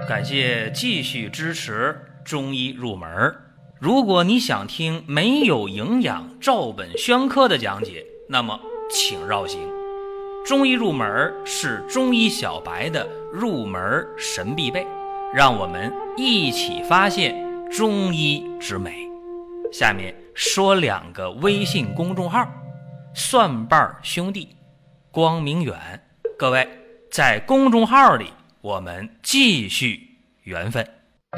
感谢继续支持中医入门。如果你想听没有营养照本宣科的讲解，那么请绕行。中医入门是中医小白的入门神必备，让我们一起发现中医之美。下面说2个微信公众号：蒜瓣兄弟、光明远。各位在公众号里，我们继续缘分。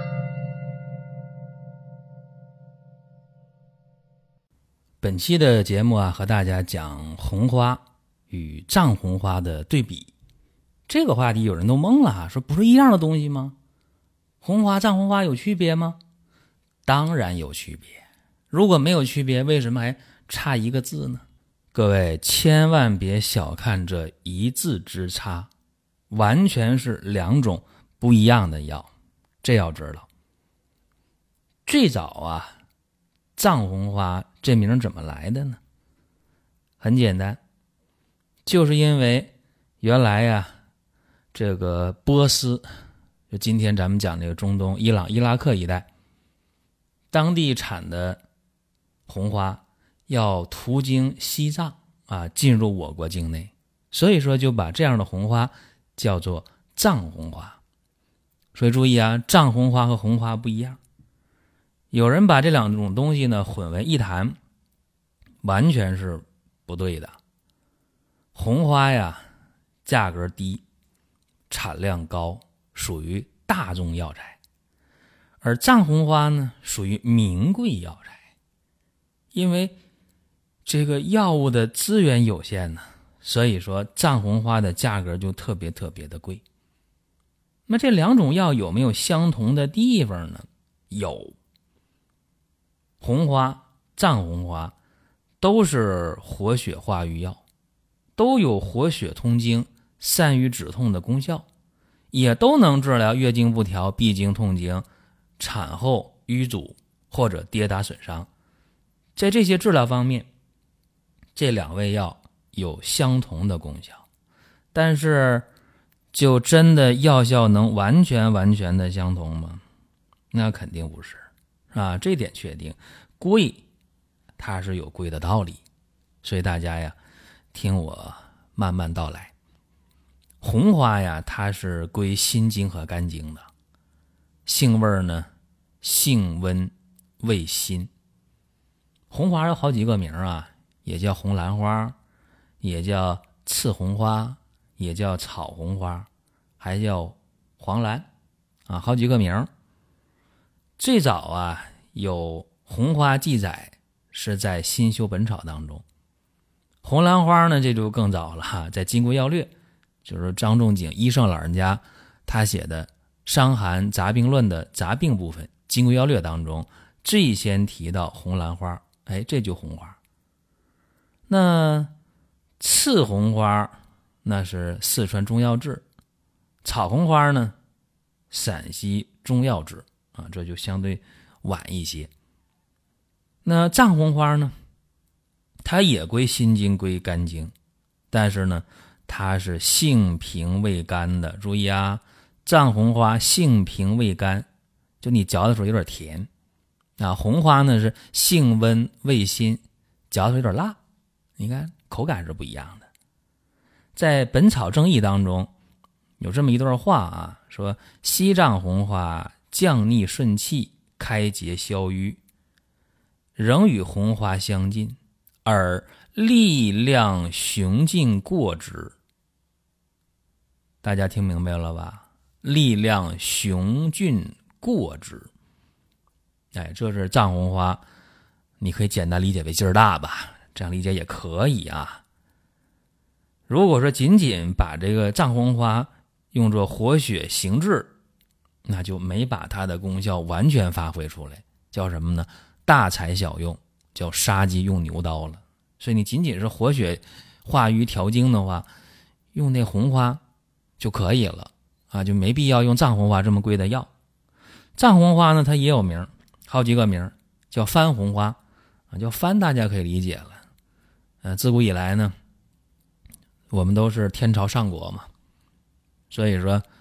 本期的节目和大家讲红花与藏红花的对比。这个话题有人都懵了，说不是一样的东西吗？红花藏红花有区别吗？当然有区别。如果没有区别，为什么还差一个字呢？各位千万别小看这一字之差，完全是2种不一样的药。这要知道，最早藏红花这名怎么来的呢？很简单，就是因为原来这个波斯，就今天咱们讲这个中东伊朗伊拉克一带，当地产的红花要途经西藏进入我国境内，所以说就把这样的红花叫做藏红花。所以注意藏红花和红花不一样。有人把这2种东西呢混为一谈，完全是不对的。红花价格低，产量高，属于大众药材，而藏红花呢属于名贵药材。因为这个药物的资源有限呢，所以说藏红花的价格就特别的贵。那这2种药有没有相同的地方呢？有。红花、藏红花都是活血化瘀药，都有活血通经、散瘀止痛的功效，也都能治疗月经不调、闭经痛经、产后瘀阻或者跌打损伤。在这些治疗方面，这2味药有相同的功效，但是就真的药效能完全的相同吗？那肯定不是这点确定。贵它是有贵的道理，所以大家听我慢慢道来。红花它是归心经和肝经的，性味呢性温味辛。红花有好几个名也叫红兰花，也叫刺红花，也叫草红花，还叫黄兰好几个名。最早有红花记载是在《新修本草》当中，红兰花呢这就更早了在《金匮要略》，就是张仲景医圣老人家他写的《伤寒杂病论》的杂病部分，《金匮要略》当中最先提到红兰花，这就红花。那刺红花那是四川中药志，草红花呢陕西中药志这就相对晚一些。那藏红花呢，它也归心经归肝经，但是呢它是性平味甘的。注意藏红花性平味甘，就你嚼的时候有点甜红花呢是性温味辛，嚼的时候有点辣，你看口感是不一样的。在《本草正义》当中有这么一段话说西藏红花降逆顺气，开结消瘀，仍与红花相近，而力量雄劲过之。大家听明白了吧？力量雄劲过之，这是藏红花，你可以简单理解为劲儿大吧，这样理解也可以如果说仅仅把这个藏红花用作活血行滞，那就没把它的功效完全发挥出来，叫什么呢？大材小用，叫杀鸡用牛刀了。所以你仅仅是活血化瘀调经的话，用那红花就可以了就没必要用藏红花这么贵的药。藏红花呢它也有名，好几个名，叫番红花叫番大家可以理解了。自古以来呢，我们都是天朝上国嘛，所以说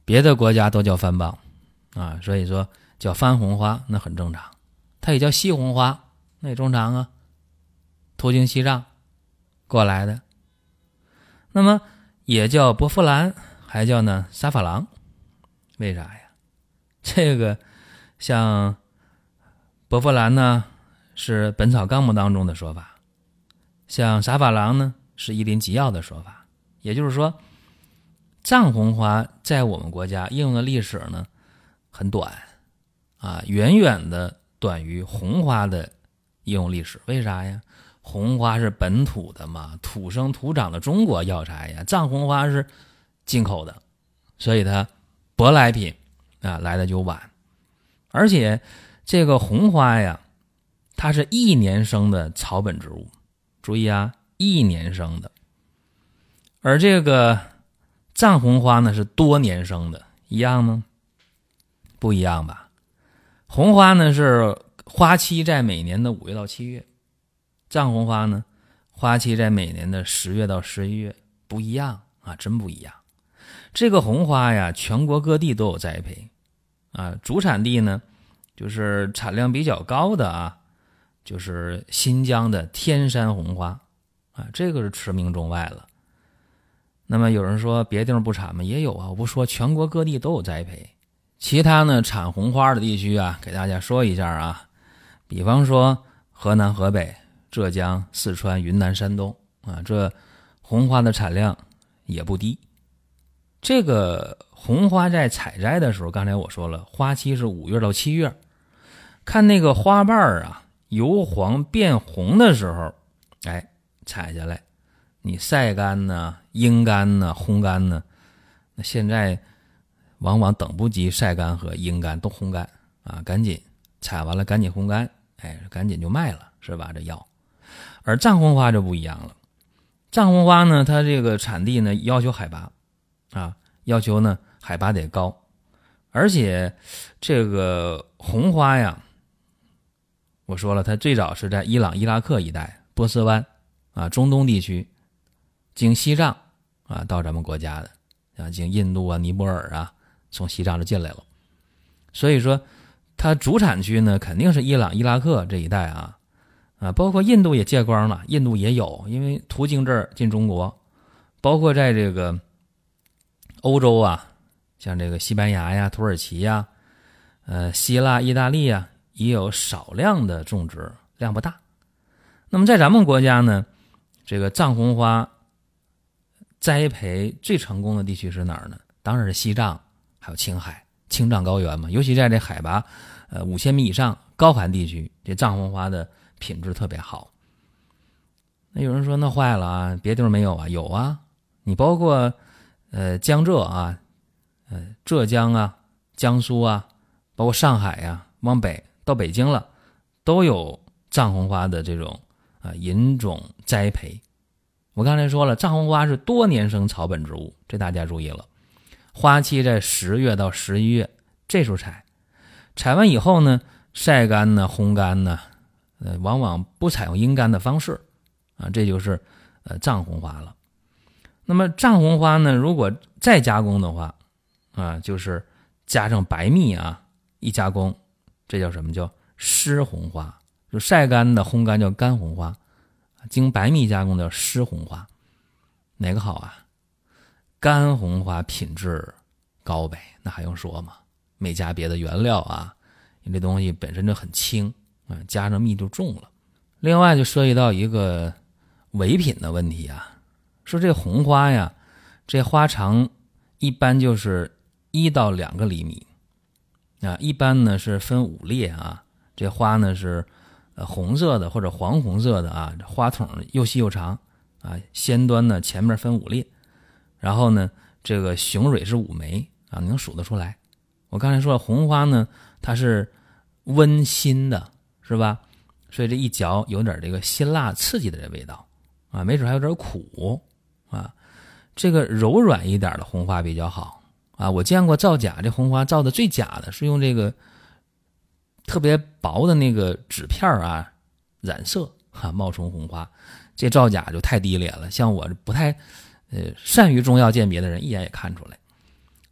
别的国家都叫番邦啊，所以说叫番红花那很正常。它也叫西红花，那也正常啊，途经西藏过来的。那么也叫薄扶兰，还叫呢沙发郎，为啥呀？这个像薄扶兰呢是《本草纲目》当中的说法，像沙发郎呢是医林纪要的说法。也就是说，藏红花在我们国家应用的历史呢很短啊，远远的短于红花的应用历史。为啥呀？红花是本土的嘛，土生土长的中国药材呀，藏红花是进口的，所以它舶来品啊来的就晚。而且这个红花呀，它是1年生的草本植物，注意啊，1年生的。而这个藏红花呢是多年生的，一样吗？不一样吧。红花呢是花期在每年的5月到7月，藏红花呢花期在每年的10月到11月，不一样啊，真不一样。这个红花呀，全国各地都有栽培啊，主产地呢就是产量比较高的啊，就是新疆的天山红花啊，这个是驰名中外了。那么有人说别地方不产吗？也有啊，我不说全国各地都有栽培。其他呢产红花的地区啊，给大家说一下啊，比方说河南、河北、浙江、四川、云南、山东啊，这红花的产量也不低。这个红花在采摘的时候，刚才我说了，花期是5月到7月，看那个花瓣啊由黄变红的时候，哎，采下来，你晒干呢、阴干呢、烘干呢，那现在往往等不及晒干和阴干，都烘干啊，赶紧采完了赶紧烘干，哎，赶紧就卖了，是吧？这药。而藏红花就不一样了，藏红花呢，它这个产地呢要求海拔啊，要求呢海拔得高，而且这个红花呀，我说了，它最早是在伊朗、伊拉克一带、波斯湾啊、中东地区，经西藏啊到咱们国家的啊，经印度啊、尼泊尔啊，从西藏就进来了。所以说，它主产区呢肯定是伊朗、伊拉克这一带啊，包括印度也借光了，印度也有，因为途经这儿进中国，包括在这个欧洲啊，像这个西班牙呀、土耳其呀、希腊、意大利呀，也有少量的种植，量不大。那么在咱们国家呢，这个藏红花栽培最成功的地区是哪儿呢？当然是西藏，还有青海、青藏高原嘛。尤其在这海拔5000米以上高寒地区，这藏红花的品质特别好。那有人说那坏了啊，别地方没有啊？有啊，你包括江浙啊、浙江啊、江苏啊，包括上海啊，往北到北京了，都有藏红花的这种引种栽培。我刚才说了，藏红花是多年生草本植物，这大家注意了。花期在10月到11月，这时候采，采完以后呢，晒干呢、烘干呢，往往不采用阴干的方式啊，这就是藏红花了。那么藏红花呢，如果再加工的话啊，就是加上白蜜啊，一加工，这叫什么？叫湿红花。就晒干的、烘干叫干红花，经白蜜加工叫湿红花。哪个好啊？干红花品质高呗，那还用说吗？没加别的原料啊，因为这东西本身就很轻啊，加上蜜就重了。另外就涉及到一个伪品的问题啊，说这红花呀，这花长一般就是1到2个厘米啊，一般呢是分5列啊，这花呢是红色的或者黄红色的啊，花筒又细又长啊，先端呢前面分5列，然后呢这个雄蕊是5枚啊，你能数得出来。我刚才说了，红花呢它是温辛的，是吧？所以这一嚼有点这个辛辣刺激的这味道啊，没准还有点苦啊。这个柔软一点的红花比较好啊。我见过造假，这红花造的最假的是用这个特别薄的那个纸片啊染色冒充红花，这造假就太低劣了。像我不太善于中药鉴别的人一眼也看出来。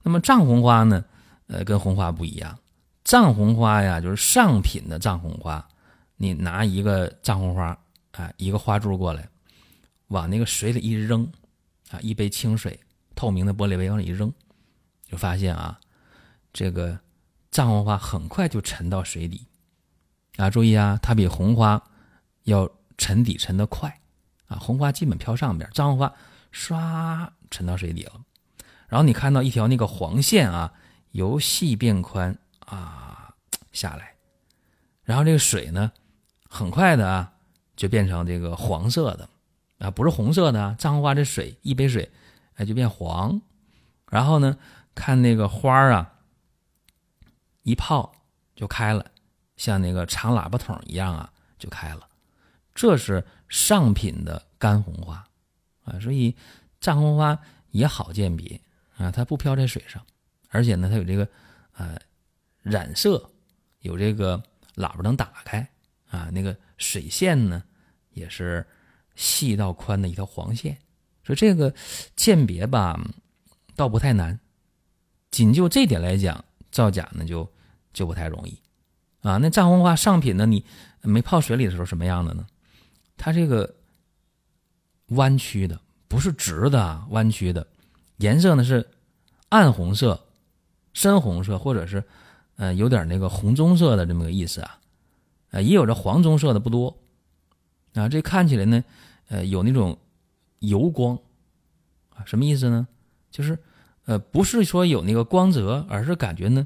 那么藏红花呢，跟红花不一样。藏红花呀，就是上品的藏红花，你拿一个藏红花啊，一个花柱过来，往那个水里一扔啊，一杯清水，透明的玻璃杯往里一扔，就发现啊，这个藏红花很快就沉到水底啊。注意啊，它比红花要沉底沉得快啊，红花基本飘上边，藏红花唰沉到水底了。然后你看到一条那个黄线啊，由细变宽啊下来，然后这个水呢，很快的啊就变成这个黄色的啊，不是红色的啊。藏红花这水一杯水，哎就变黄，然后呢，看那个花啊，一泡就开了，像那个长喇叭筒一样啊就开了。这是上品的干红花啊，所以藏红花也好鉴别啊，它不飘在水上，而且呢，它有这个染色，有这个喇叭能打开啊，那个水线呢也是细到宽的一条黄线，所以这个鉴别吧倒不太难。仅就这点来讲，造假呢就不太容易啊。那藏红花上品呢，你没泡水里的时候什么样的呢？它这个弯曲的，不是直的啊，弯曲的，颜色呢是暗红色、深红色，或者是有点那个红棕色的这么个意思啊。也有这黄棕色的不多啊。这看起来呢有那种油光啊，什么意思呢？就是不是说有那个光泽，而是感觉呢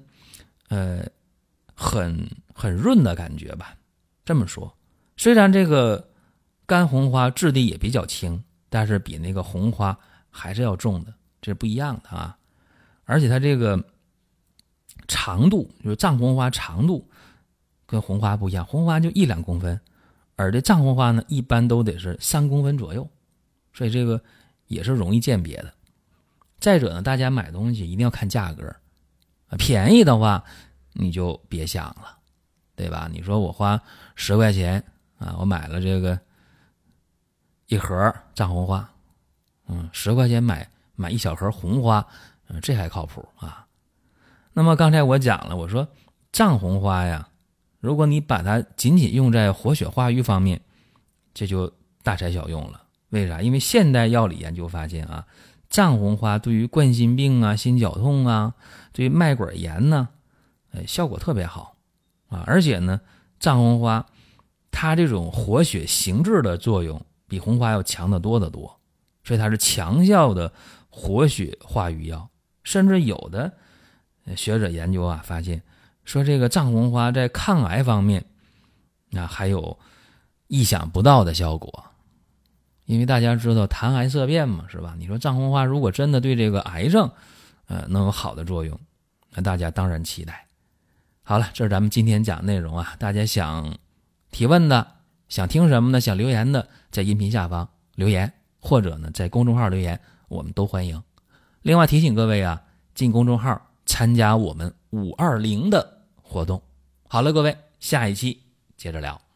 很润的感觉吧。这么说，虽然这个干红花质地也比较轻，但是比那个红花还是要重的，这是不一样的啊。而且它这个长度，就是藏红花长度跟红花不一样，红花就1-2公分，而这藏红花呢一般都得是3公分左右，所以这个也是容易鉴别的。再者呢，大家买东西一定要看价格，便宜的话你就别想了，对吧？你说我花10块钱啊，我买了这个一盒藏红花，10块钱买一小盒红花，这还靠谱啊。那么刚才我讲了，我说藏红花呀，如果你把它仅仅用在活血化瘀方面，这就大材小用了。为啥？因为现代药理研究发现啊，藏红花对于冠心病啊、心绞痛啊、对于脉管炎呢，效果特别好啊。而且呢，藏红花它这种活血行滞的作用比红花要强得多得多，所以它是强效的活血化瘀药。甚至有的学者研究啊，发现说这个藏红花在抗癌方面还有意想不到的效果。因为大家知道谈癌色变嘛，是吧？你说藏红花如果真的对这个癌症能有好的作用，那大家当然期待。好了，这是咱们今天讲内容啊，大家想提问的，想听什么的，想留言的，在音频下方留言，或者呢在公众号留言，我们都欢迎。另外提醒各位啊，进公众号参加我们520的活动。好了，各位，下一期接着聊。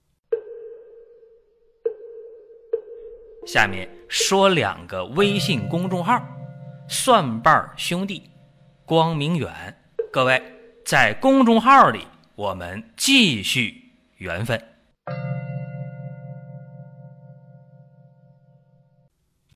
下面说2个微信公众号：蒜瓣兄弟、光明远。各位在公众号里，我们继续缘分。